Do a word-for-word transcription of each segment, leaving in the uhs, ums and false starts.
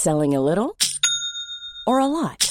Selling a little or a lot?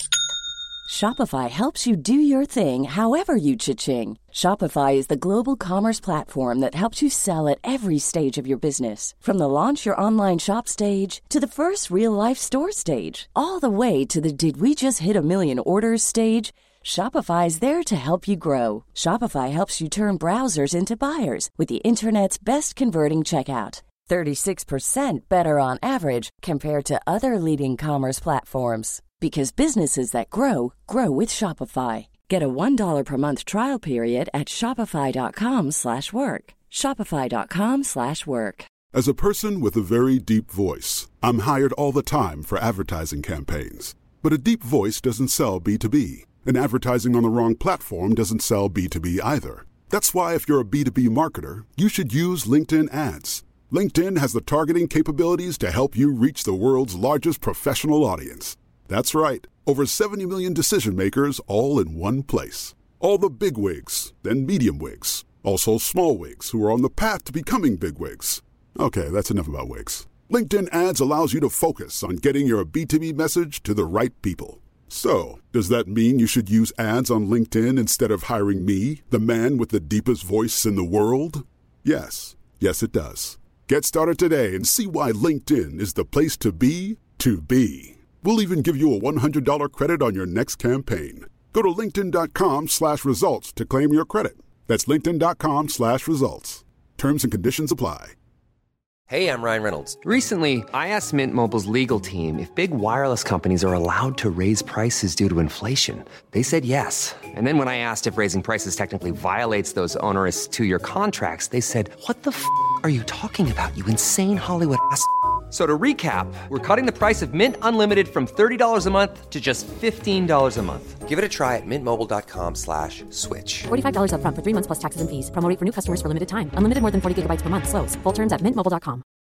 Shopify helps you do your thing however you cha-ching. Shopify is the global commerce platform that helps you sell at every stage of your business. From the launch your online shop stage to the first real-life store stage, all the way to the did we just hit a million orders stage. Shopify is there to help you grow. Shopify helps you turn browsers into buyers with the internet's best converting checkout. thirty-six percent better on average compared to other leading commerce platforms. Because businesses that grow, grow with Shopify. Get a one dollar per month trial period at shopify.com slash work. Shopify.com slash work. As a person with a very deep voice, I'm hired all the time for advertising campaigns. But a deep voice doesn't sell B two B. And advertising on the wrong platform doesn't sell B two B either. That's why if you're a B two B marketer, you should use LinkedIn ads. LinkedIn has the targeting capabilities to help you reach the world's largest professional audience. That's right. Over seventy million decision makers all in one place. All the big wigs, then medium wigs. Also small wigs who are on the path to becoming big wigs. Okay, that's enough about wigs. LinkedIn ads allows you to focus on getting your B two B message to the right people. So, does that mean you should use ads on LinkedIn instead of hiring me, the man with the deepest voice in the world? Yes. Yes, it does. Get started today and see why LinkedIn is the place to be to be. We'll even give you a one hundred dollars credit on your next campaign. Go to linkedin.com slash results to claim your credit. That's linkedin.com slash results. Terms and conditions apply. Hey, I'm Ryan Reynolds. Recently, I asked Mint Mobile's legal team if big wireless companies are allowed to raise prices due to inflation. They said yes. And then when I asked if raising prices technically violates those onerous two-year contracts, they said, what the f*** are you talking about, you insane Hollywood ass f- So to recap, we're cutting the price of Mint Unlimited from thirty dollars a month to just fifteen dollars a month. Give it a try at mintmobile.com slash switch. forty-five dollars up front for three months plus taxes and fees. Promo rate for new customers for limited time. Unlimited more than forty gigabytes per month. Slows full terms at mint mobile dot com.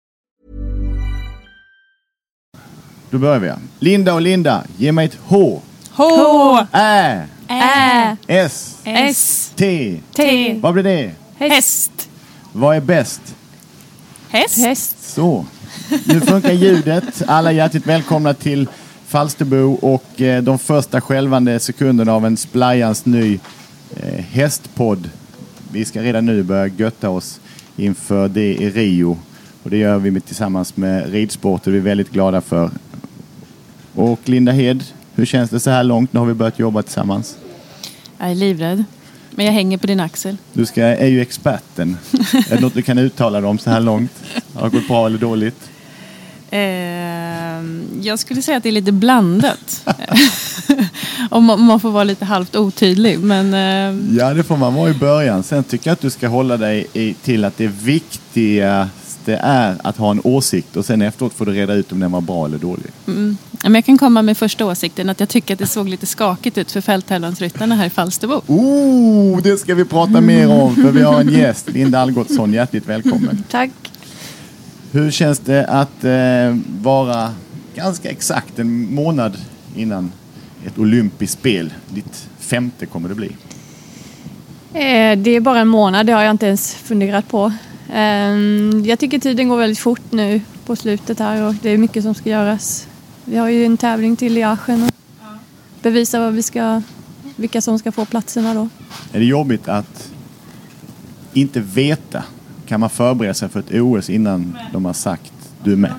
Då börjar vi. Linda och Linda, ge mig ett H. H. Ä. Ä. S. S. T. T. Vad blir det? Häst. Vad är bäst? Häst. Häst. Så. Nu funkar ljudet. Alla hjärtligt välkomna till Falsterbo och eh, de första skälvande sekunderna av en splajans ny eh, hästpodd. Vi ska redan nu börja götta oss inför det i Rio. Och det gör vi med, tillsammans med ridsport och vi är väldigt glada för. Och Linda Hed, hur känns det så här långt? Nu har vi börjat jobba tillsammans. Jag är livrädd. Men jag hänger på din axel. Du ska, är ju experten. Är det något du kan uttala dig om så här långt? Har det gått bra eller dåligt? Eh, jag skulle säga att det är lite blandat. Om man, man får vara lite halvt otydlig. Men, eh... ja, det får man vara i början. Sen tycker jag att du ska hålla dig i, till att det viktigaste är att ha en åsikt. Och sen efteråt får du reda ut om den var bra eller dålig. Mm. Men jag kan komma med första åsikten att jag tycker att det såg lite skakigt ut för fälttävlansryttarna här i Falsterbo. Oh, det ska vi prata mer om. För vi har en gäst, Linda Algotsson. Hjärtligt välkommen. Tack. Hur känns det att eh, vara ganska exakt en månad innan ett olympiskt spel? Ditt femte kommer det bli. Eh, det är bara en månad, det har jag inte ens funderat på. Eh, jag tycker tiden går väldigt fort nu på slutet här och det är mycket som ska göras. Vi har ju en tävling till i Aachen och bevisa vad vi ska, vilka som ska få platserna då. Är det jobbigt att inte veta? Kan man förbereda sig för ett O S innan de har sagt du är med?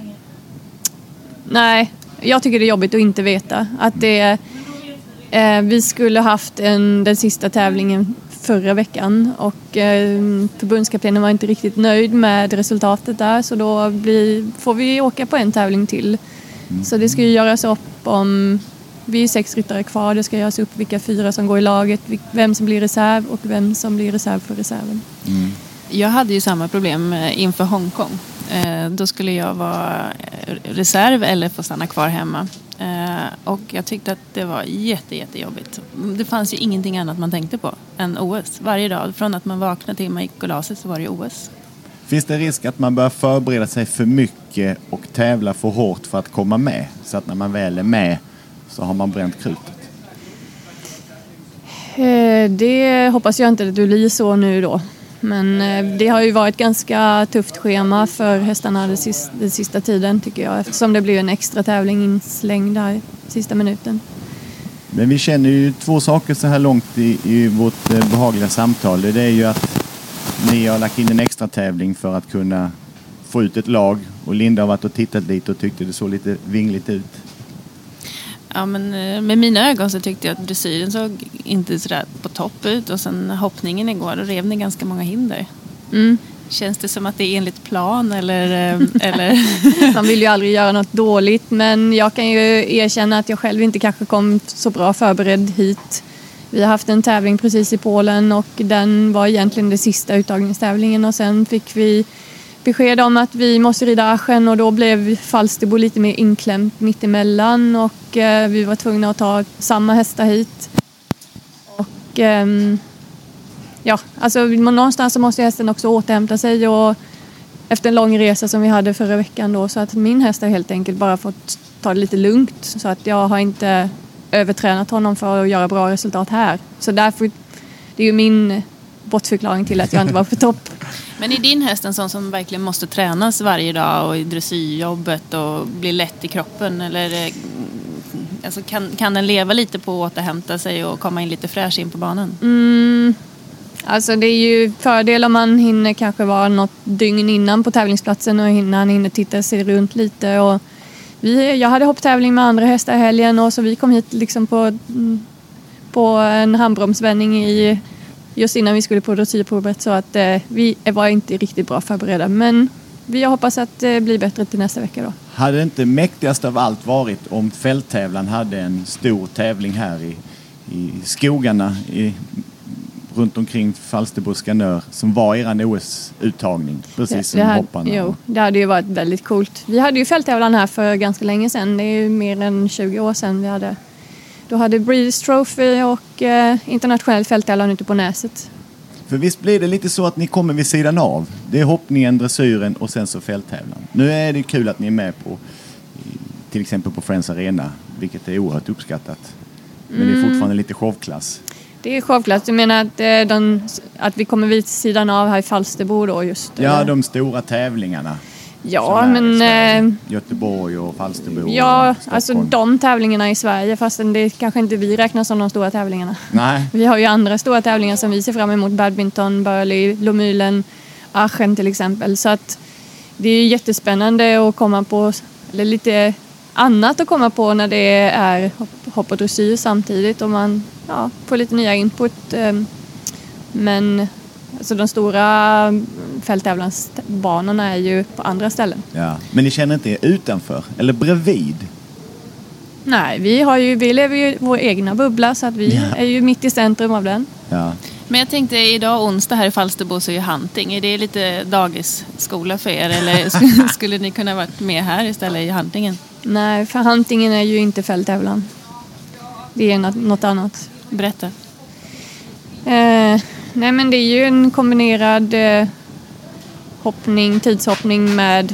Nej, jag tycker det är jobbigt att inte veta. Att det, eh, vi skulle haft en, den sista tävlingen förra veckan och eh, förbundskaptenen var inte riktigt nöjd med resultatet där så då blir, får vi åka på en tävling till. Mm. Så det ska ju göras upp om, vi är sex ryttare kvar, det ska göras upp vilka fyra som går i laget, vem som blir reserv och vem som blir reserv för reserven. Mm. Jag hade ju samma problem inför Hongkong. Eh, då skulle jag vara reserv eller få stanna kvar hemma. Eh, och jag tyckte att det var jätte, jättejobbigt. Det fanns ju ingenting annat man tänkte på än O S. Varje dag, från att man vaknade till man gick och la sig så var det O S. Finns det risk att man börjar förbereda sig för mycket och tävla för hårt för att komma med? Så att när man väl är med så har man bränt krutet? Eh, det hoppas jag inte att det blir så nu då. Men eh, det har ju varit ganska tufft schema för hästarna den sista, den sista tiden tycker jag. Eftersom det blev en extra tävling inslängd där sista minuten. Men vi känner ju två saker så här långt i, i vårt eh, behagliga samtal. Det är ju att ni har lagt in en extra tävling för att kunna få ut ett lag. Och Linda har varit och tittat lite och tyckte det såg lite vingligt ut. Ja, men med mina ögon så tyckte jag att dressyren såg inte sådär på topp ut. Och sen hoppningen igår, då rev ni ganska många hinder. Mm. Känns det som att det är enligt plan eller... eller? Man vill ju aldrig göra något dåligt, men jag kan ju erkänna att jag själv inte kanske kom så bra förberedd hit. Vi har haft en tävling precis i Polen och den var egentligen den sista uttagningstävlingen och sen fick vi besked om att vi måste rida Aschen och då blev Falsterbo lite mer inklämt mittemellan och eh, vi var tvungna att ta samma hästar hit. Och ehm, ja, alltså någonstans så måste hästen också återhämta sig och efter en lång resa som vi hade förra veckan då så att min häst har helt enkelt bara fått ta det lite lugnt så att jag har inte övertränat honom för att göra bra resultat här. Så därför, det är ju min bortförklaring till att jag inte var på topp. Men är din häst en sån som verkligen måste tränas varje dag och i dressyrjobbet och bli lätt i kroppen? Eller alltså, kan, kan den leva lite på att återhämta sig och komma in lite fräsch in på banan? Mm, alltså det är ju fördel om man hinner kanske vara något dygn innan på tävlingsplatsen och hinner, hinner titta sig runt lite. Och vi, jag hade hopptävling med andra hästar i helgen och så vi kom hit liksom på, på en handbromsvändning i just innan vi skulle på dressyrprovet så att eh, vi var inte riktigt bra förberedda. Men vi hoppas att det blir bättre till nästa vecka då. Hade det inte mäktigast av allt varit om fälttävlan hade en stor tävling här i, i skogarna i, runt omkring Falsterbo Skanör som var er O S-uttagning, precis det, som det hade, hopparna? Jo, det hade ju varit väldigt coolt. Vi hade ju fälttävlan här för ganska länge sedan. Det är ju mer än tjugo år sedan vi hade. Då hade Breeders Trophy och eh, internationell fälttävlan ute på Näset. För visst blir det lite så att ni kommer vid sidan av. Det är hoppningen, dressyren och sen så fälttävlan. Nu är det kul att ni är med på till exempel på Friends Arena, vilket är oerhört uppskattat. Men mm. det är fortfarande lite showklass. Det är showklass. Du menar att, eh, de, att vi kommer vid sidan av här i Falsterbo då just? Ja, eller? de stora tävlingarna. Ja, men... Eh, Göteborg och Falsterbo. Ja, och alltså de tävlingarna i Sverige, fast det kanske inte vi räknar som de stora tävlingarna. Nej. Vi har ju andra stora tävlingar som vi ser fram emot. Badminton, Burley, Lomylen, Aachen till exempel. Så att det är jättespännande att komma på, eller lite annat att komma på när det är hopp och dressyr samtidigt. Och man ja, får lite nya input. Men... alltså de stora fälttävlansbanorna är ju på andra ställen. Ja, men ni känner inte er utanför eller bredvid? Nej, vi, har ju, vi lever ju i vår egna bubbla så att vi ja. är ju mitt i centrum av den. Ja. Men jag tänkte idag onsdag här i Falsterbo så är ju hunting. Är det lite dagisskola för er eller skulle ni kunna varit med här istället i huntingen? Nej, för huntingen är ju inte fälttävlan. Det är något annat. Berätta. Eh, nej men det är ju en kombinerad eh, hoppning, tidshoppning med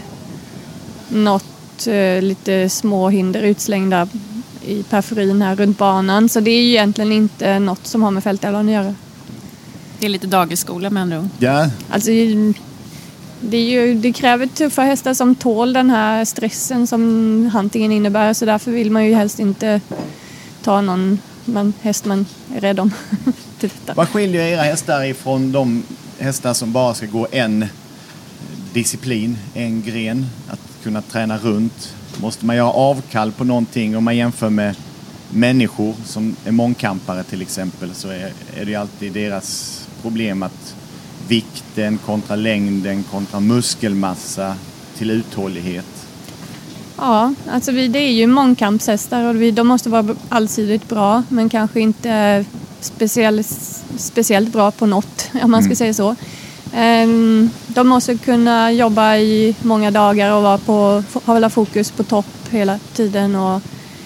något eh, lite små hinder utslängda i periferin här runt banan. Så det är ju egentligen inte något som har med fälttävlan att göra. Det är lite dagisskola med andra ord. Ja. Alltså det, är ju, det kräver tuffa hästar som tål den här stressen som huntingen innebär. Så därför vill man ju helst inte ta någon man, häst man är rädd om. Till detta. Vad skiljer era hästar ifrån de hästar som bara ska gå en disciplin, en gren, att kunna träna runt? Måste man göra avkall på någonting om man jämför med människor som är mångkampare till exempel, så är, är det alltid deras problem att vikten kontra längden kontra muskelmassa till uthållighet. Ja, alltså vi, det är ju mångkampshästar och vi, de måste vara allsidigt bra men kanske inte speciellt, speciellt bra på något, om man ska mm. säga så. De måste kunna jobba i många dagar och vara på, hålla fokus på topp hela tiden. Och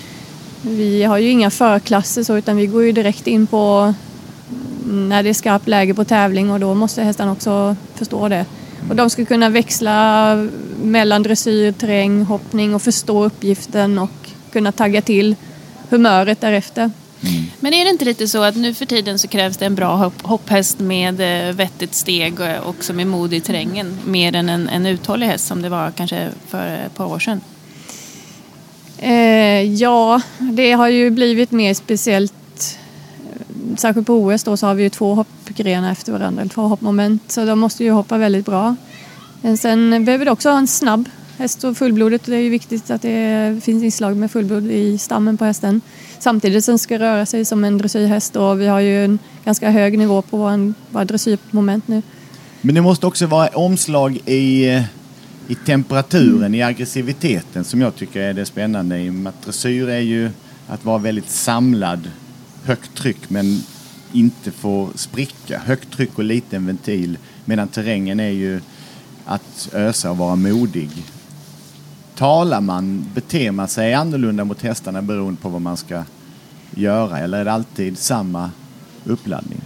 vi har ju inga förklasser så, utan vi går ju direkt in på när det är skarpt läge på tävling och då måste hästarna också förstå det. Och de ska kunna växla mellan dressyr, terräng, hoppning och förstå uppgiften och kunna tagga till humöret därefter. Mm. Men är det inte lite så att nu för tiden så krävs det en bra hopp, hopphäst med eh, vettigt steg och som är modig i terrängen mer än en, en uthållig häst som det var kanske för ett par år sedan? Eh, ja, det har ju blivit mer speciellt. Särskilt på O S då så har vi ju två hoppgrenar efter varandra, eller två hoppmoment. Så de måste ju hoppa väldigt bra. Men sen behöver det också ha en snabb häst och fullblodet. Det är ju viktigt att det finns inslag med fullblod i stammen på hästen. Samtidigt som ska röra sig som en dressyrhäst och vi har ju en ganska hög nivå på en dressyrmoment nu. Men det måste också vara omslag i, i temperaturen, i aggressiviteten som jag tycker är det spännande. I dressyr är ju att vara väldigt samlad, högt tryck men inte få spricka. Högt tryck och liten ventil, medan terrängen är ju att ösa och vara modig. Talar man, beter man sig annorlunda mot hästarna beroende på vad man ska göra, eller är det alltid samma uppladdning?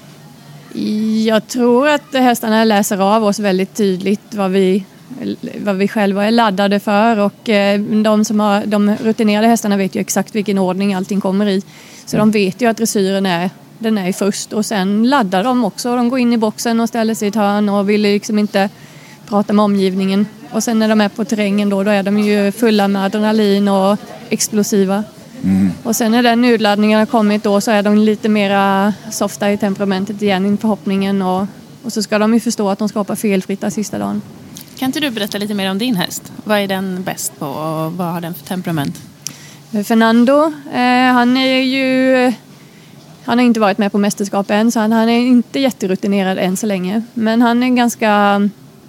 Jag tror att hästarna läser av oss väldigt tydligt vad vi, vad vi själva är laddade för, och de, som har, de rutinerade hästarna vet ju exakt vilken ordning allting kommer i. Så de vet ju att dressyren är, den är först, och sen laddar de också. De går in i boxen och ställer sig i ett hörn och vill liksom inte prata med omgivningen. Och sen när de är på terrängen då, då är de ju fulla med adrenalin och explosiva. Mm. Och sen när den urladdningen har kommit då så är de lite mera softa i temperamentet igen inför hoppningen. Och, och så ska de ju förstå att de ska hoppa felfritt den sista dagen. Kan inte du berätta lite mer om din häst? Vad är den bäst på och vad har den för temperament? Fernando, eh, han är ju... Han har inte varit med på mästerskap än, så han, han är inte jätterutinerad än så länge. Men han är en ganska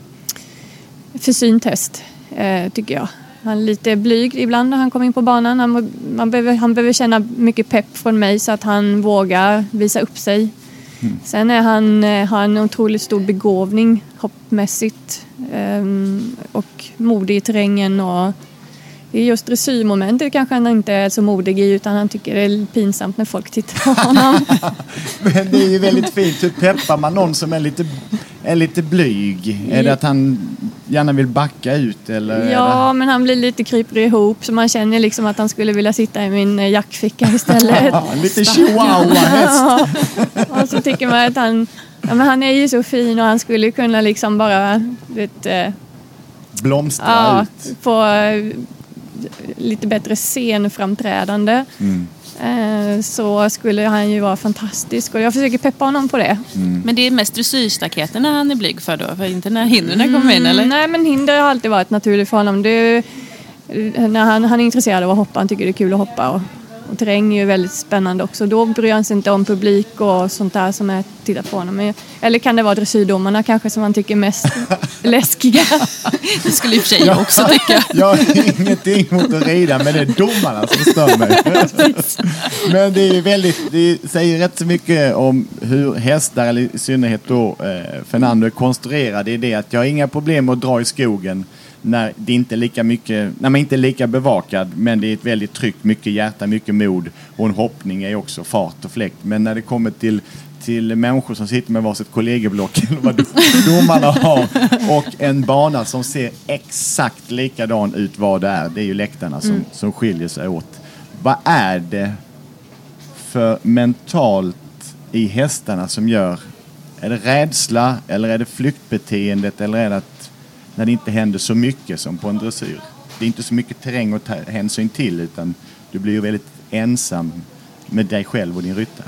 försynt häst, eh, tycker jag. Han är lite blyg ibland när han kommer in på banan. Han, man behöver, han behöver känna mycket pepp från mig så att han vågar visa upp sig. Mm. Sen är han, har han en otroligt stor begåvning hoppmässigt eh, och modig i terrängen. Och det är just dressyrmomentet kanske han inte är så modig i, utan han tycker det är pinsamt när folk tittar på honom. Men det är ju väldigt fint. Hur peppar man någon som är lite, är lite blyg? Är det att han gärna vill backa ut? Eller ja, det... men han blir lite kryper ihop så man känner liksom att han skulle vilja sitta i min jackficka istället. Ja, lite chihuahua-häst. Och så tycker man att han, ja, men han är ju så fin och han skulle kunna liksom bara vet, blomstra ja, ut. Få lite bättre scenframträdande. Mm. Så skulle han ju vara fantastisk och jag försöker peppa honom på det. Mm. Men det är mest dressyrstaketen när han är blyg för då? För inte när hindren kommer in, eller? Mm, nej, men hinder har alltid varit naturligt för honom. Det, när han, han är intresserad av att hoppa, han tycker det är kul att hoppa. Och, och terräng är ju väldigt spännande också. Då bryr han sig inte om publik och sånt där som är tittat på honom. Eller kan det vara dressyrdomarna kanske som han tycker mest läskiga? Det skulle i och för sig jag också tycka. Jag har ingenting mot att rida, men det är domarna som stör mig. Men det är väldigt, det säger rätt så mycket om hur hästar, eller i synnerhet då eh, Fernando är konstruerad. Det är det att jag har inga problem att dra i skogen när det inte är lika mycket, när man inte är lika bevakad, men det är ett väldigt tryck, mycket hjärta, mycket mod, och en hoppning är också fart och fläkt. Men när det kommer till till människor som sitter med varsitt kollegieblock eller vad domarna har, och en bana som ser exakt likadan ut vad det är, det är ju läktarna som, mm. som skiljer sig åt. Vad är det för mentalt i hästarna som gör, är det rädsla eller är det flyktbeteendet, eller är det att när det inte händer så mycket som på en dressyr? Det är inte så mycket terräng att ta hänsyn till, utan du blir ju väldigt ensam med dig själv och din ryttare.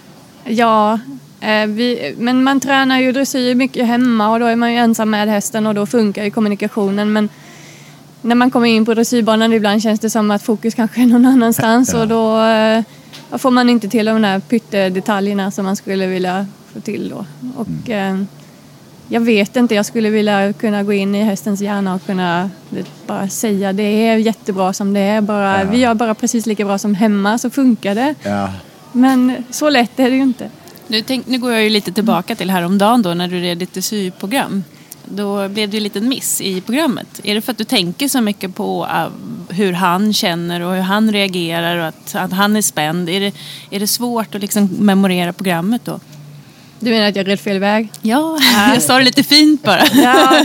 Ja, eh, vi, men man tränar ju dressyr mycket hemma och då är man ju ensam med hästen och då funkar ju kommunikationen. Men när man kommer in på dressyrbanan ibland känns det som att fokus kanske är någon annanstans ja. Och då eh, får man inte till de där pyttedetaljerna som man skulle vilja få till då. Och mm. eh, jag vet inte, jag skulle vilja kunna gå in i hästens hjärna och kunna bara säga det är jättebra som det är. Bara, ja. Vi gör bara precis lika bra som hemma, så funkar det. Ja. Men så lätt är det ju inte. Nu, tänk, nu går jag ju lite tillbaka till häromdagen då när du red ditt dressyrprogram. Då blev det ju en liten miss i programmet. Är det för att du tänker så mycket på uh, hur han känner och hur han reagerar och att, att han är spänd? Är det, är det svårt att liksom memorera programmet då? Du menar att jag red fel väg? Ja, jag sa det lite fint bara. Ja.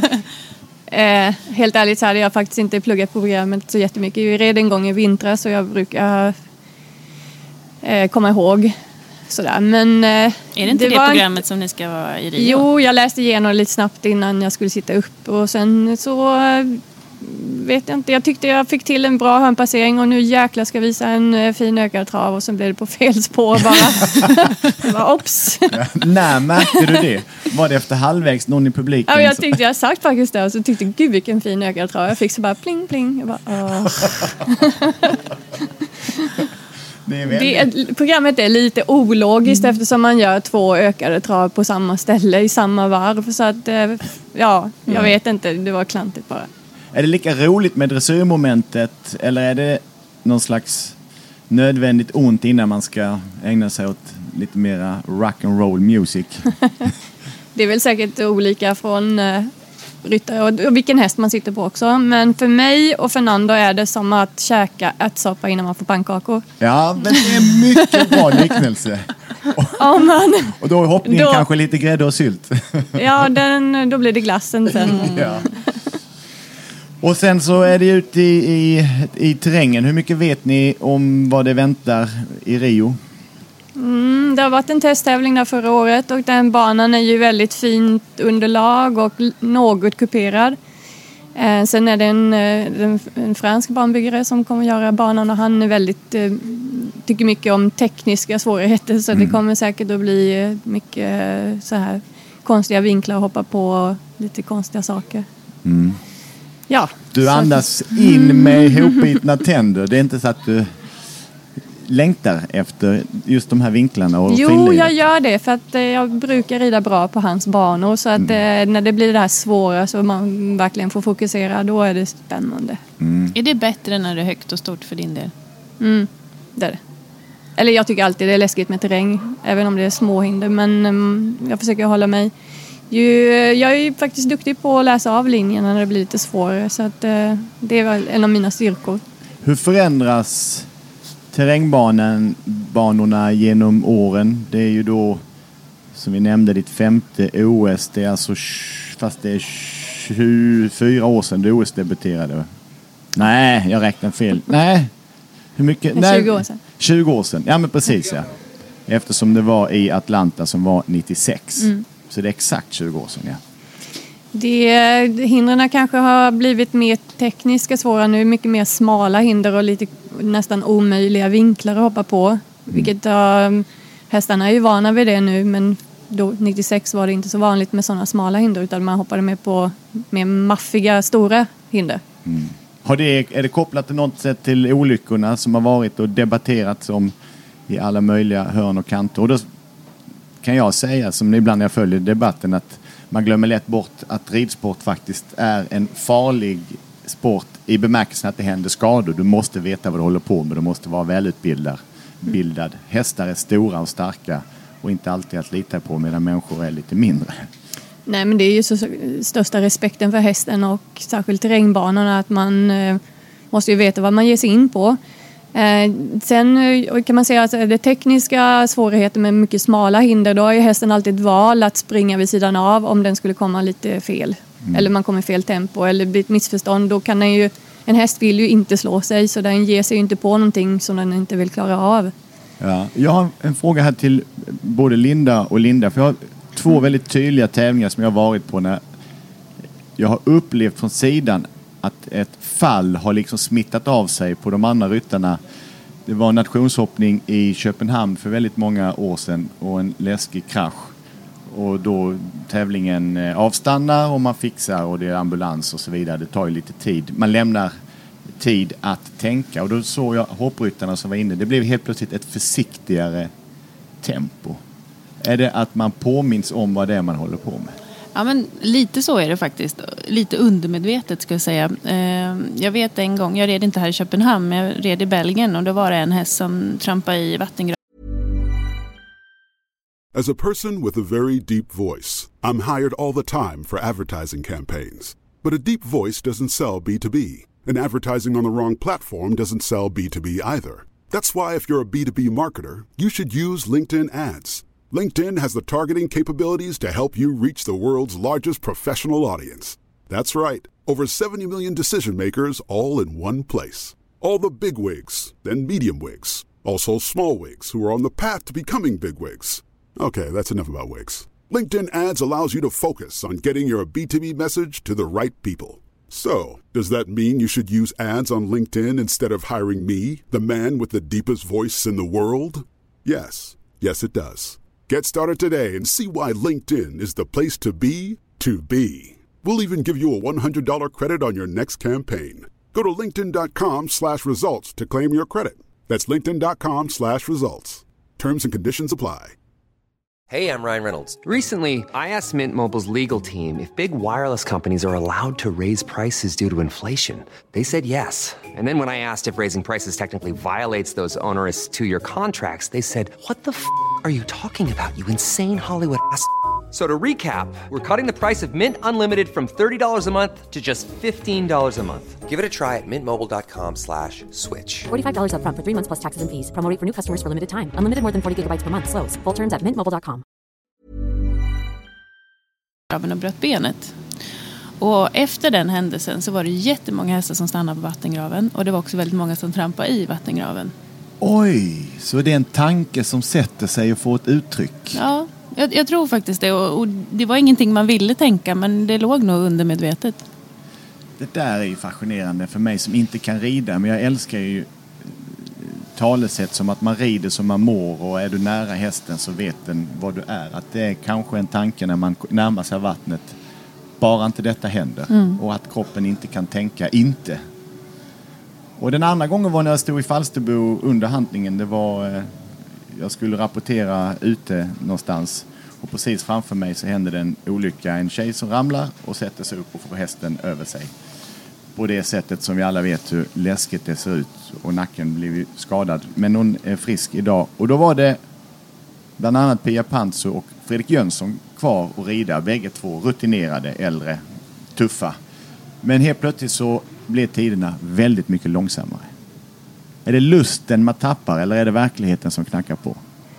Eh, helt ärligt så hade jag faktiskt inte pluggat på programmet så jättemycket. Jag red en gång i vintras så jag brukar eh, komma ihåg. Sådär. Men, eh, är det inte det, det programmet inte... som ni ska vara i Rio? Jo, jag läste igenom lite snabbt innan jag skulle sitta upp. Och sen så eh, vet jag inte. Jag tyckte jag fick till en bra hörnpassering och nu jäkla ska visa en eh, fin ökad trav och sen blev det på fel spår bara. Det var ops. Ja, när märkte du det? Var det efter halvvägs någon i publiken? Ja, jag tyckte jag sagt faktiskt det och så tyckte gud vilken fin ökad trav. Jag fick så bara pling pling. Jag bara, åh. Det är väldigt... det, programmet är lite ologiskt mm. eftersom man gör två ökade trav på samma ställe i samma varv. Så att, ja, jag mm. vet inte. Det var klantigt bara. Är det lika roligt med dressyrmomentet eller är det någon slags nödvändigt ont innan man ska ägna sig åt lite mera rock and roll music? Det är väl säkert olika från uh, ryttare och vilken häst man sitter på också. Men för mig och Fernando är det som att käka ärtsoppa innan man får pannkakor. Ja, men det är mycket bra liknelse. Och, ja, man, och då är hoppningen då, kanske lite grädde och sylt. Ja, den, då blir det glassen sen. Ja. Och sen så är det ute i, i, i terrängen. Hur mycket vet ni om vad det väntar i Rio? Mm, det har varit en testtävling där förra året och den banan är ju väldigt fint underlag och något kuperad. Eh, sen är det en, en, en fransk banbyggare som kommer göra banan och han är väldigt, eh, tycker mycket om tekniska svårigheter så mm. det kommer säkert att bli mycket så här konstiga vinklar och hoppa på lite konstiga saker. Mm. Ja, du andas att... in med ihopbitna tänder. Det är inte så att du längtar efter just de här vinklarna och jo, finlivet. Jag gör det för att jag brukar rida bra på hans banor så att mm. när det blir det här svåra så man verkligen får fokusera, då är det spännande. Mm. Är det bättre när det är högt och stort för din del? Mm, det är det. Eller jag tycker alltid det är läskigt med terräng, även om det är små hinder, men um, jag försöker hålla mig. Jag är ju faktiskt duktig på att läsa av linjerna när det blir lite svårare så att uh, det är väl en av mina styrkor. Hur förändras terrängbanorna genom åren? Det är ju då, som vi nämnde, ditt femte O S. Det är alltså, fast det är tjugofyra år sedan du O S debuterade. Nej, jag räknar fel. Nej, hur mycket? Nej, tjugo år sedan. tjugo år sedan, ja men precis ja. Eftersom det var i Atlanta som var nittiosex. Mm. Så det är exakt tjugo år sedan, ja. Det, hindren kanske har blivit mer tekniska svåra nu. Mycket mer smala hinder och lite nästan omöjliga vinklar att hoppa på. Mm. Vilket uh, hästarna är ju vana vid det nu. Men då, nittiosex var det inte så vanligt med sådana smala hinder. Utan man hoppade med på mer maffiga, stora hinder. Mm. Har det, är det kopplat till något sätt till olyckorna som har varit och debatterats om i alla möjliga hörn och kanter? Och då kan jag säga, som ibland när jag följer debatten, att man glömmer lätt bort att ridsport faktiskt är en farlig sport i bemärkelsen att det händer skador. Du måste veta vad du håller på med. Du måste vara välutbildad. Bildad. Hästar är stora och starka och inte alltid att lita på, medan människor är lite mindre. Nej, men det är ju så största respekten för hästen och särskilt terrängbanorna att man eh, måste ju veta vad man ger sig in på. Eh, sen kan man säga att det tekniska svårigheter med mycket smala hinder, då har ju hästen alltid ett val att springa vid sidan av om den skulle komma lite fel. Mm. Eller man kommer i fel tempo eller blir ett missförstånd. Då kan den ju, en häst vill ju inte slå sig så den ger sig ju inte på någonting som den inte vill klara av. Ja, jag har en fråga här till både Linda och Linda. För jag har två mm. väldigt tydliga tävlingar som jag har varit på när jag har upplevt från sidan att ett fall har liksom smittat av sig på de andra ryttarna. Det var en nationshoppning i Köpenhamn för väldigt många år sedan och en läskig krasch. Och då tävlingen avstannar och man fixar och det är ambulans och så vidare. Det tar ju lite tid. Man lämnar tid att tänka och då såg jag hoppryttarna som var inne. Det blev helt plötsligt ett försiktigare tempo. Är det att man påminns om vad det är man håller på med? Ja, men lite så är det faktiskt. Lite undermedvetet ska jag säga. Jag vet en gång, jag red inte här i Köpenhamn, men jag red i Belgien och då var det en häst som trampade i vattengröt. As a person with a very deep voice, I'm hired all the time for advertising campaigns. But a deep voice doesn't sell B two B. And advertising on the wrong platform doesn't sell B two B either. That's why if you're a B two B marketer, you should use LinkedIn ads. LinkedIn has the targeting capabilities to help you reach the world's largest professional audience. That's right. Over seventy million decision makers all in one place. All the big wigs, then medium wigs, Also, small wigs who are on the path to becoming big wigs. Okay, that's enough about wigs. LinkedIn ads allows you to focus on getting your B two B message to the right people. So, does that mean you should use ads on LinkedIn instead of hiring me, the man with the deepest voice in the world? Yes. Yes, it does. Get started today and see why LinkedIn is the place to be to be. We'll even give you a one hundred dollars credit on your next campaign. Go to linkedin.com slash results to claim your credit. That's linkedin.com slash results. Terms and conditions apply. Hey, I'm Ryan Reynolds. Recently, I asked Mint Mobile's legal team if big wireless companies are allowed to raise prices due to inflation. They said yes. And then when I asked if raising prices technically violates those onerous two-year contracts, they said, "What the f*** are you talking about, you insane Hollywood ass?" So to recap, we're cutting the price of Mint Unlimited from thirty dollars a month to just fifteen dollars a month. Give it a try at mintmobile.com slash switch. forty-five dollars up front for three months plus taxes and fees. Promo rate for new customers for limited time. Unlimited more than forty gigabytes per month. Slows full terms at mint mobile dot com. Och bröt benet. Och efter den händelsen så var det jättemånga hästar som stannade på vattengraven. Och det var också väldigt många som trampade i vattengraven. Oj, så det är en tanke som sätter sig och får ett uttryck. Ja, jag, jag tror faktiskt det. Och, och det var ingenting man ville tänka, men det låg nog undermedvetet. Det där är ju fascinerande för mig som inte kan rida. Men jag älskar ju talesätt som att man rider som man mår. Och är du nära hästen så vet den vad du är. Att det är kanske en tanke när man närmar sig vattnet. Bara inte detta händer. Mm. Och att kroppen inte kan tänka inte. Och den andra gången var när jag stod i Falsterbo under handlingen. Det var, eh, jag skulle rapportera ute någonstans. Och precis framför mig så hände det en olycka. En tjej som ramlar och sätter sig upp och får hästen över sig. På det sättet som vi alla vet hur läskigt det ser ut. Och nacken blev ju skadad. Men hon är frisk idag. Och då var det bland annat Pia Pantsu och Fredrik Jönsson kvar och rida. Bägge två rutinerade, äldre, tuffa. Men helt plötsligt så blev tiderna väldigt mycket långsammare. Är det lusten man tappar eller är det verkligheten som knackar på?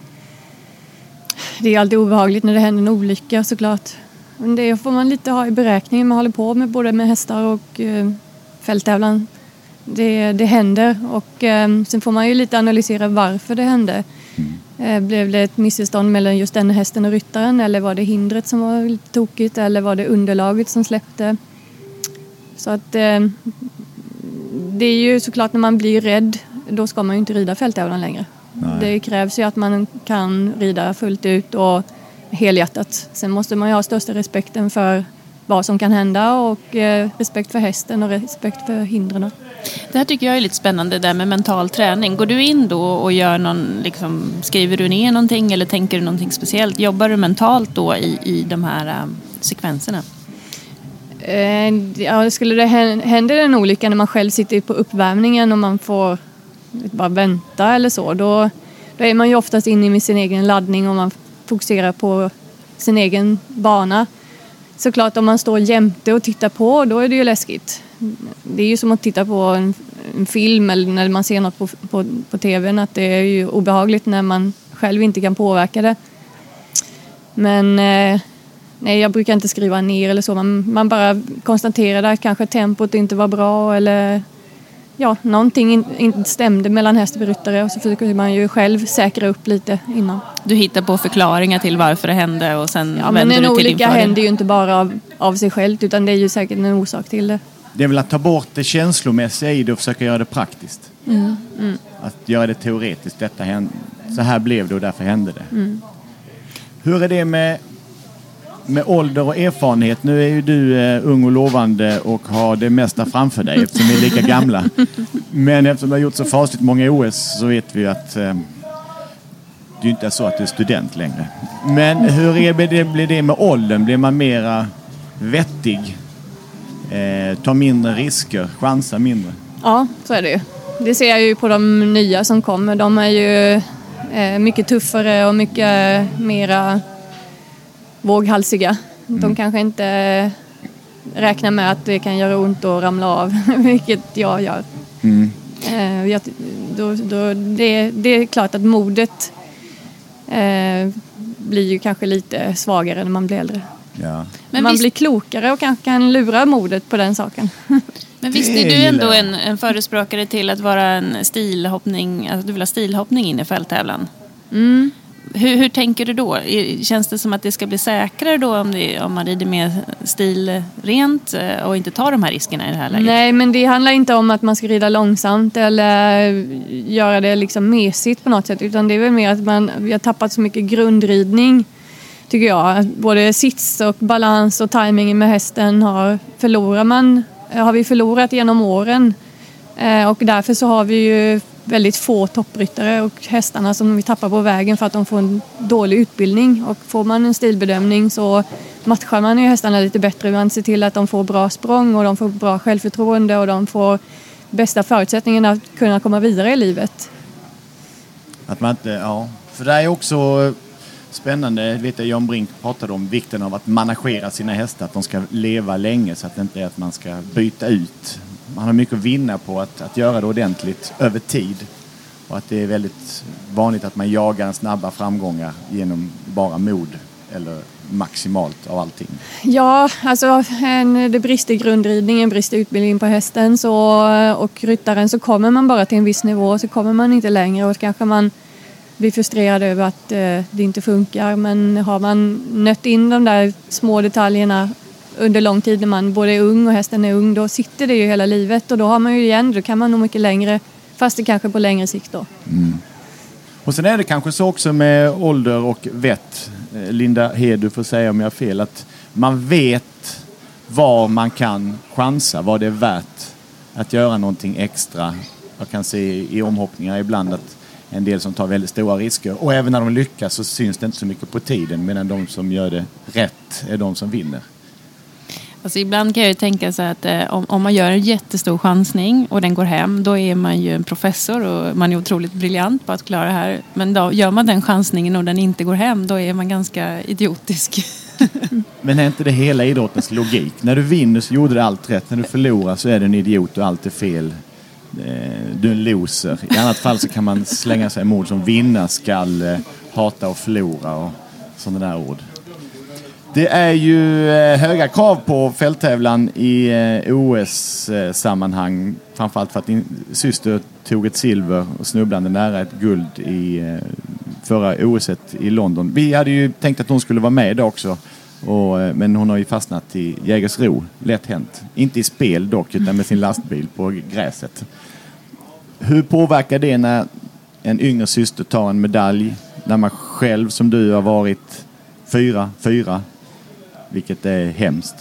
Det är alltid obehagligt när det händer en olycka såklart. Men det får man lite ha i beräkningen. Man håller på med både med hästar och eh, fälttävlan. Det, det händer och eh, sen får man ju lite analysera varför det hände. Mm. Eh, blev det ett missförstånd mellan just den hästen och ryttaren eller var det hindret som var lite tokigt eller var det underlaget som släppte? Så att eh, det är ju såklart när man blir rädd, då ska man ju inte rida fälttävlan längre. Nej. Det krävs ju att man kan rida fullt ut och helhjärtat. Sen måste man ju ha största respekten för vad som kan hända och eh, respekt för hästen och respekt för hindren. Det här tycker jag är lite spännande där med mental träning. Går du in då och gör någon, liksom, skriver du ner någonting eller tänker du någonting speciellt? Jobbar du mentalt då i, i de här um, sekvenserna? Ja, skulle det hända en olycka när man själv sitter på uppvärmningen och man får bara vänta eller så, då, då är man ju oftast inne med sin egen laddning och man fokuserar på sin egen bana. Såklart om man står jämte och tittar på, då är det ju läskigt. Det är ju som att titta på en, en film eller när man ser något på, på, på tvn, att det är ju obehagligt när man själv inte kan påverka det. Men eh, nej, jag brukar inte skriva ner eller så. Man, man bara konstaterar att kanske tempot inte var bra eller ja, någonting in, inte stämde mellan häst och ryttare och så försöker man ju själv säkra upp lite innan. Du hittar på förklaringar till varför det hände och sen ja, vänder du till din fördel. Ja, men en olycka händer ju inte bara av, av sig själv utan det är ju säkert en orsak till det. Det är väl att ta bort det känslomässiga i det och försöka göra det praktiskt. Mm. Mm. Att göra det teoretiskt. Detta hände, så här blev det och därför hände det. Mm. Hur är det med, med ålder och erfarenhet? Nu är ju du eh, ung och lovande och har det mesta framför dig eftersom vi är lika gamla. Men eftersom du har gjort så fasligt många O S så vet vi att eh, det inte är så att du är student längre. Men hur är det, blir det med åldern? Blir man mera vettig? Eh, ta mindre risker, chansa mindre? Ja, så är det ju. Det ser jag ju på de nya som kommer. De är ju eh, mycket tuffare och mycket mera våghalsiga. Mm. De kanske inte räknar med att det kan göra ont och ramla av, vilket jag gör. Mm. Eh, jag, då, då, det, det är klart att modet eh, blir ju kanske lite svagare när man blir äldre. Ja. Men man visst... blir klokare och kanske kan lura modet på den saken. Men visst är du ändå en, en förespråkare till att vara en stilhoppning, alltså du vill ha stilhoppning in i fälttävlan. Mm. Hur, hur tänker du då? Känns det som att det ska bli säkrare då om, det, om man rider mer stilrent och inte tar de här riskerna i det här läget? Nej, men det handlar inte om att man ska rida långsamt eller göra det liksom mesigt på något sätt, utan det är väl mer att man, vi har tappat så mycket grundridning, tycker jag. Både sits och balans och timingen med hästen har, förlorar man, har vi förlorat genom åren. Och därför så har vi ju väldigt få toppryttare och hästarna som vi tappar på vägen för att de får en dålig utbildning. Och får man en stilbedömning så matchar man ju hästarna lite bättre. Man ser till att de får bra språng och de får bra självförtroende och de får bästa förutsättningarna att kunna komma vidare i livet. Att man inte, ja. För det är också spännande, vet jag, Jan Brink pratade om vikten av att managera sina hästar, att de ska leva länge, så att det inte är att man ska byta ut. Man har mycket att vinna på att, att göra det ordentligt över tid. Och att det är väldigt vanligt att man jagar en snabba framgångar genom bara mod eller maximalt av allting. Ja, alltså en, det brister i grundridningen, brister utbildning på hästen så, och ryttaren, så kommer man bara till en viss nivå, så kommer man inte längre och kanske man blir frustrerad över att eh, det inte funkar. Men har man nött in de där små detaljerna under lång tid när man både är ung och hästen är ung, då sitter det ju hela livet och då har man ju igen, då kan man nog mycket längre, fast det kanske på längre sikt då. Mm. Och sen är det kanske så också med ålder och vett, Linda Hed, du får säga om jag har fel, att man vet var man kan chansa, vad det är värt att göra någonting extra. Jag kan se i omhoppningar ibland att en del som tar väldigt stora risker, och även när de lyckas så syns det inte så mycket på tiden, medan de som gör det rätt är de som vinner. Alltså ibland kan jag ju tänka så att eh, om, om man gör en jättestor chansning och den går hem, då är man ju en professor och man är otroligt briljant på att klara det här. Men då gör man den chansningen och den inte går hem, då är man ganska idiotisk. Men är inte det hela idrottens logik? När du vinner så gjorde du allt rätt, när du förlorar så är du en idiot och allt är fel. Du är en loser. I annat fall så kan man slänga sig emot som vinna skall eh, hata och förlora och sådana där ord. Det är ju höga krav på fälttävlan i O S-sammanhang. Framförallt för att din syster tog ett silver och snubblande nära ett guld i förra O S i London. Vi hade ju tänkt att hon skulle vara med idag också. Och, men hon har ju fastnat i Jägersro. Lätt hänt. Inte i spel dock, utan med sin lastbil på gräset. Hur påverkar det när en yngre syster tar en medalj? När man själv som du har varit fyra, fyra. Vilket är hemskt.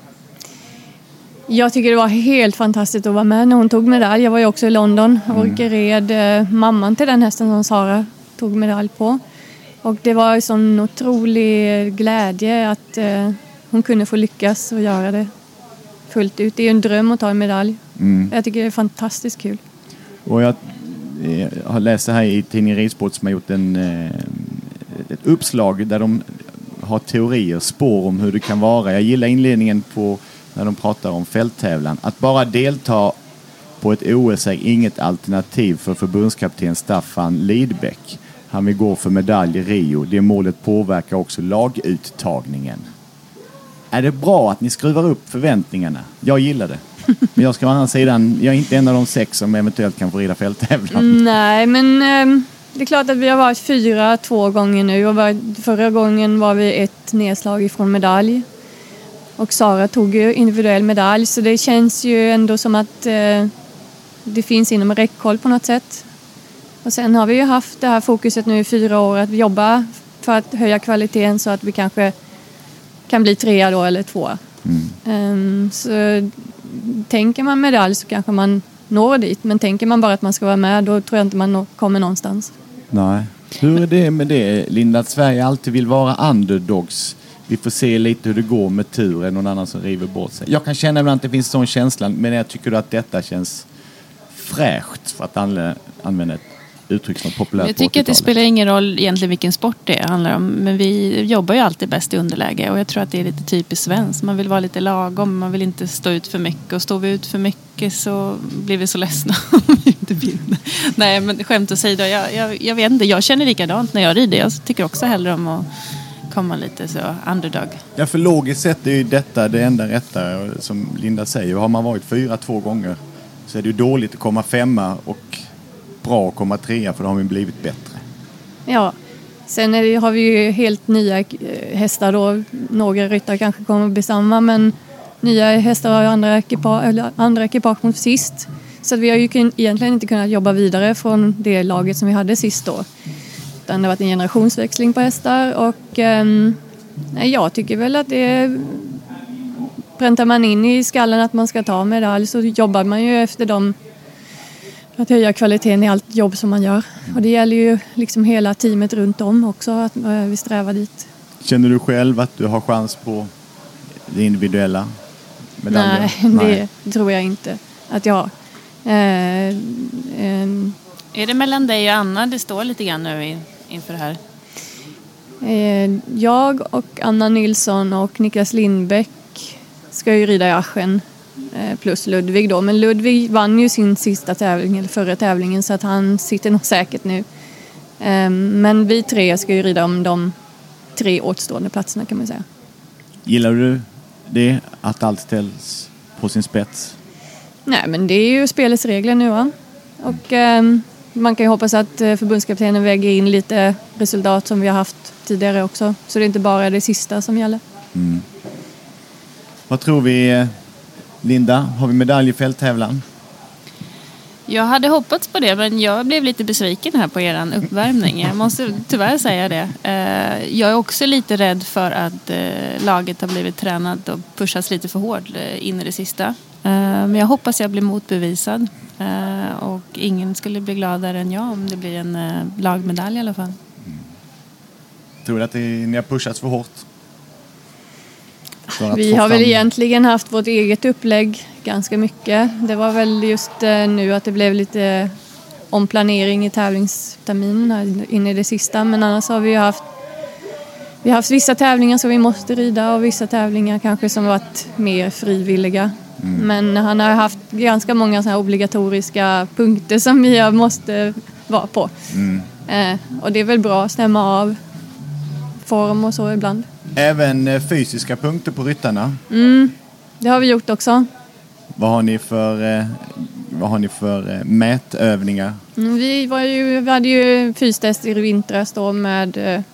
Jag tycker det var helt fantastiskt att vara med när hon tog medalj. Jag var ju också i London och mm. red eh, mamman till den hästen som Sara tog medalj på. Och det var en sån otrolig glädje att eh, hon kunde få lyckas och göra det fullt ut. Det är ju en dröm att ta en medalj. Mm. Jag tycker det är fantastiskt kul. Och jag, jag har läst det här i tidningen Ridsport som har gjort en, eh, ett uppslag där de har teorier, spår om hur det kan vara. Jag gillar inledningen på när de pratar om fälttävlan. Att bara delta på ett O S är inget alternativ för förbundskapten Staffan Lidbeck. Han vill gå för medalj i Rio. Det målet påverkar också laguttagningen. Är det bra att ni skruvar upp förväntningarna? Jag gillar det. Men jag ska å andra sidan, jag är inte en av de sex som eventuellt kan få rida fälttävlan. Nej, men eh, det är klart att vi har varit fyra två gånger nu. Och var, förra gången var vi ett nedslag ifrån medalj. Och Sara tog ju individuell medalj. Så det känns ju ändå som att eh, det finns inom räckhåll på något sätt. Och sen har vi ju haft det här fokuset nu i fyra år att jobba för att höja kvaliteten så att vi kanske kan bli trea då eller tvåa. Mm. Um, så tänker man medalj så kanske man når dit. Men tänker man bara att man ska vara med, då tror jag inte man kommer någonstans. Nej. Hur är det med det, Linda? Att Sverige alltid vill vara underdogs. Vi får se lite hur det går med turen, någon annan som river bort sig. Jag kan känna ibland att det finns sån känsla, men jag tycker att detta känns fräscht för att använda ett uttryck som populärt. Jag tycker att det spelar ingen roll egentligen vilken sport det handlar om. Men vi jobbar ju alltid bäst i underläge. Och jag tror att det är lite typiskt svenskt. Man vill vara lite lagom. Man vill inte stå ut för mycket. Och står vi ut för mycket så blir vi så ledsna om vi inte vinner. Nej, men skämt åsido. Jag, jag, jag vet inte. Jag känner likadant när jag rider. Jag tycker också hellre om att komma lite så underdog. Ja, för logiskt sett är ju detta det enda rätta, som Linda säger. Har man varit fyra två gånger så är det ju dåligt att komma femma och bra att komma trea, för då har vi blivit bättre. Ja, sen är det, har vi ju helt nya hästar då. Några ryttare kanske kommer att bli samma, men nya hästar har andra ekipage, eller andra ekipage mot sist. Så att vi har ju kun, egentligen inte kunnat jobba vidare från det laget som vi hade sist då. Utan det har varit en generationsväxling på hästar och eh, jag tycker väl att det präntar man in i skallen att man ska ta medalj, så jobbar man ju efter dem att höja kvaliteten i allt jobb som man gör. Och det gäller ju liksom hela teamet runt om också, att eh, vi strävar dit. Känner du själv att du har chans på det individuella medaljen? Nej, Nej, det tror jag inte att jag har. Eh, eh, är det mellan dig och Anna det står lite grann nu in, inför det här? Eh, jag och Anna Nilsson och Niklas Lindbäck ska ju rida i Aschen eh, plus Ludvig då. Men Ludvig vann ju sin sista tävling, eller förra tävlingen, så att han sitter nog säkert nu. Eh, men vi tre ska ju rida om de tre återstående platserna, kan man säga. Gillar du det, att allt ställs på sin spets? Nej, men det är ju spelets regler nu, va? Och eh, man kan ju hoppas att eh, förbundskaptenen väger in lite resultat som vi har haft tidigare också. Så det är inte bara det sista som gäller. Mm. Vad tror vi, Linda? Har vi medalj i fälttävlan? Jag hade hoppats på det, men jag blev lite besviken här på eran uppvärmning. Jag måste tyvärr säga det. Jag är också lite rädd för att laget har blivit tränat och pushas lite för hårt in i det sista. Men jag hoppas jag blir motbevisad. Och ingen skulle bli gladare än jag om det blir en lagmedalj i alla fall. Mm. Tror du att ni har pushats för hårt? Vi har väl egentligen haft vårt eget upplägg ganska mycket. Det var väl just nu att det blev lite omplanering i tävlingsterminen in i det sista. Men annars har vi ju haft, vi har haft vissa tävlingar som vi måste rida och vissa tävlingar kanske som varit mer frivilliga. Mm. Men han har haft ganska många såna här obligatoriska punkter som vi måste vara på. Mm. Eh, och det är väl bra att stämma av form och så ibland. Även fysiska punkter på ryttarna? Mm, det har vi gjort också. Vad har ni för, eh, vad har ni för eh, mätövningar? Mm, vi, var ju, vi hade ju fystest i vintras då med eh,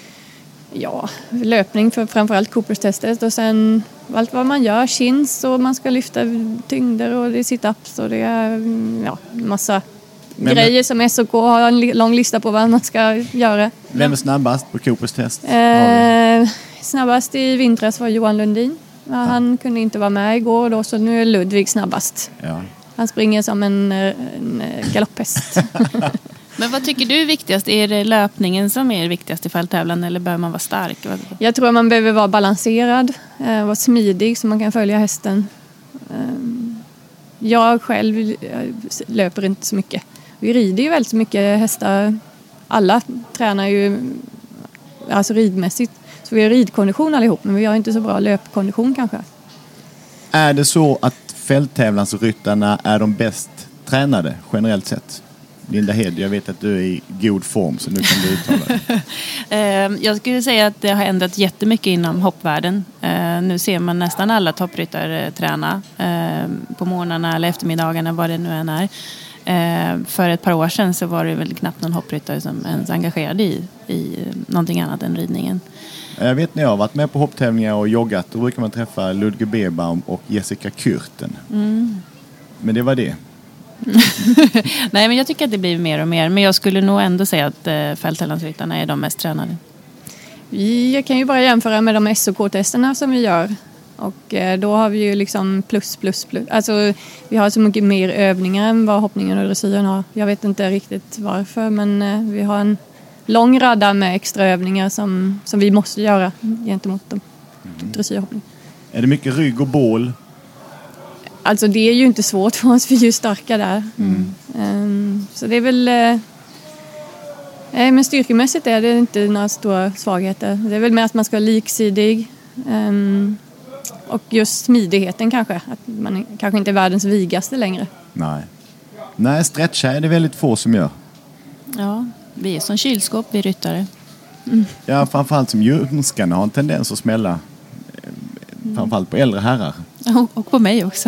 ja, löpning för framförallt Coopers-testet. Och sen allt vad man gör, chins och man ska lyfta tyngder och det är sit-ups och det är ja, massa Men, grejer som S O K har en lång lista på vad man ska göra. Vem är snabbast på Coopers test? Eh, snabbast i vintras var Johan Lundin. Ja, ja. Han kunde inte vara med igår då, så nu är Ludvig snabbast. Ja. Han springer som en, en galopphäst. Men vad tycker du är viktigast? Är det löpningen som är viktigast i fälttävlan eller behöver man vara stark? Jag tror att man behöver vara balanserad, eh, vara smidig så man kan följa hästen. Eh, jag själv jag löper inte så mycket. Vi rider ju väldigt mycket hästar. Alla tränar ju alltså ridmässigt. Så vi har ridkondition allihop, men vi har inte så bra löpkondition kanske. Är det så att fälttävlansryttarna är de bäst tränade generellt sett? Linda Hed, jag vet att du är i god form så nu kan du uttala det. Jag skulle säga att det har ändrat jättemycket inom hoppvärlden. Nu ser man nästan alla toppryttare träna på morgnarna eller eftermiddagarna, vad det nu än är. För ett par år sedan så var det väl knappt någon hoppryttare som ens engagerade i, i någonting annat än ridningen. Jag vet när jag har varit med på hopptävlingar och joggat, då brukar man träffa Ludger Beerbaum och Jessica Kürten. Mm. Men det var det. Nej, men jag tycker att det blir mer och mer. Men jag skulle nog ändå säga att eh, fälttävlansryttarna är de mest tränade. Vi kan ju bara jämföra med de S O K-testerna som vi gör. Och eh, då har vi ju liksom plus, plus, plus. Alltså vi har så mycket mer övningar än vad hoppningen och dressyren har. Jag vet inte riktigt varför, men eh, vi har en lång radda med extra övningar som, som vi måste göra gentemot dem. Mm. Dressyrhoppning. Är det mycket rygg och bål? Alltså det är ju inte svårt för oss, vi är ju starka där. Mm. Um, så det är väl... Uh, men styrkemässigt är det inte några stora svagheter. Det är väl mer att man ska vara liksidig. Um, och just smidigheten kanske. Att man är, kanske inte är världens vigaste längre. Nej. Nej, stretcha är det väldigt få som gör. Ja, vi är som kylskåp, vi ryttare. Mm. Ja, framförallt som ljumskarna har en tendens att smälla. Framförallt på äldre herrar. Och, och på mig också.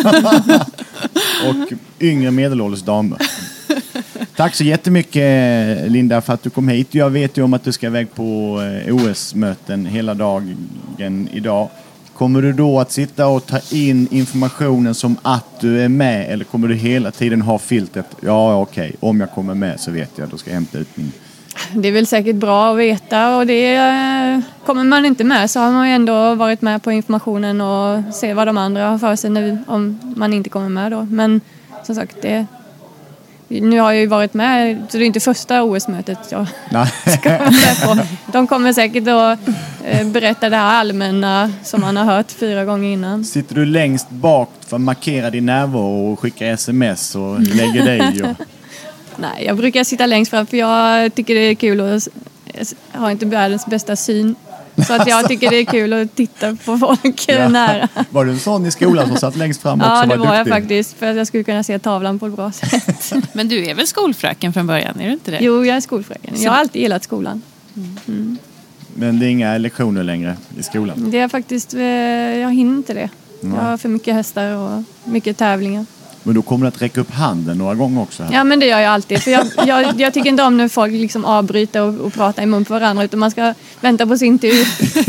Och yngre medelålders damer. Tack så jättemycket, Linda, för att du kom hit. Jag vet ju om att du ska iväg på O S-möten hela dagen idag. Kommer du då att sitta och ta in informationen som att du är med, eller kommer du hela tiden ha filtret? Ja, okej. Okay. Om jag kommer med så vet jag, då ska jag hämta ut min. Det är väl säkert bra att veta, och det kommer man inte med så har man ju ändå varit med på informationen och se vad de andra har för sig nu, om man inte kommer med då. Men som sagt, det, nu har jag ju varit med, så det är inte första O S-mötet jag Nej. ska vara med på. De kommer säkert att berätta det här allmänna som man har hört fyra gånger innan. Sitter du längst bak för att markera din närvaro och skicka sms och lägger dig? Och... Nej, jag brukar sitta längst fram för jag tycker det är kul och har inte världens bästa syn. Så att jag tycker det är kul att titta på folk ja. nära. Var du en sån i skolan som satt längst fram också? Ja, det var, var duktig? jag faktiskt. För att jag skulle kunna se tavlan på ett bra sätt. Men du är väl skolfröken från början, är du inte det? Jo, jag är skolfröken. Jag har alltid gillat skolan. Mm. Men det är inga lektioner längre i skolan? Det är faktiskt, jag hinner inte det. Mm. Jag har för mycket hästar och mycket tävlingar. Men då kommer du att räcka upp handen några gånger också här. Ja, men det gör jag alltid. För jag, jag, jag tycker inte om när folk liksom avbryter och, och pratar i mun på varandra, utan man ska vänta på sin tur.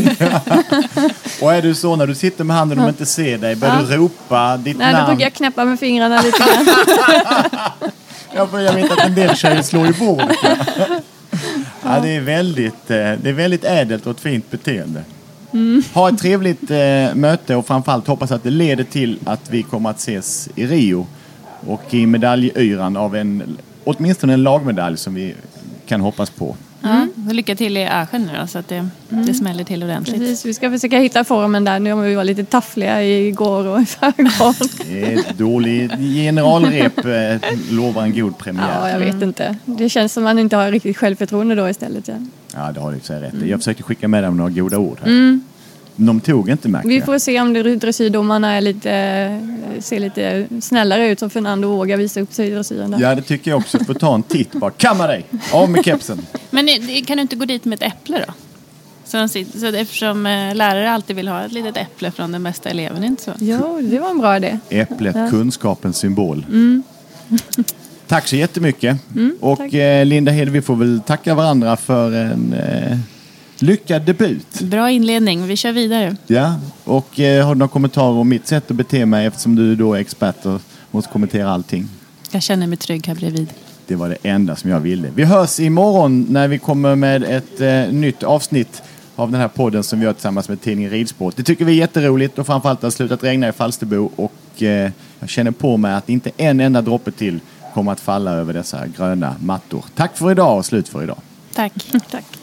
Och är du så när du sitter med handen och de inte ser dig, börjar ja. du ropa ditt Nej, namn? Nej, då brukar jag knäppa med fingrarna lite grann. Ja, för jag vet att en del tjejer slår i bordet. Ja. Ja, det är väldigt, det är väldigt ädelt och ett fint beteende. Mm. Ha ett trevligt eh, möte och framförallt hoppas att det leder till att vi kommer att ses i Rio och i medaljöran av en, åtminstone en lagmedalj som vi kan hoppas på. Mm. Ja, lycka till i Aschen nu då, så att det, mm. det smäller till ordentligt. Precis, vi ska försöka hitta formen där. Nu har vi varit lite taffliga igår och i förrgår. Det är ett dåligt generalrep, eh, lovar en god premiär. Ja, jag vet mm. inte. Det känns som att man inte har riktigt självförtroende då istället. Ja, ja det har du så rätt. Mm. Jag försökte skicka med dem några goda ord här. Mm. De tog inte märkt. Vi får se om dressyrdomarna är lite, ser lite snällare ut, som Fernando vågar visa upp sig i dressyren där. Ja, det tycker jag också. Får ta en titt bara. Kamma dig! Av med kepsen. Men kan du inte gå dit med ett äpple då? Så, så eftersom lärare alltid vill ha ett litet äpple från den bästa eleven, inte så? Ja, det var en bra idé. Äpplet, ja. Kunskapens symbol. Mm. Tack så jättemycket. Mm, och tack. Eh, Linda Hed, vi får väl tacka varandra för en... Eh, lyckad debut. Bra inledning, vi kör vidare. Ja, och eh, har du några kommentarer om mitt sätt att bete mig, eftersom du då är expert och måste kommentera allting? Jag känner mig trygg här bredvid. Det var det enda som jag ville. Vi hörs imorgon när vi kommer med ett eh, nytt avsnitt av den här podden som vi gör tillsammans med tidningen Ridsport. Det tycker vi är jätteroligt och framförallt har slutat regna i Falsterbo och eh, jag känner på mig att inte en enda droppe till kommer att falla över dessa gröna mattor. Tack för idag och slut för idag. Tack. Tack.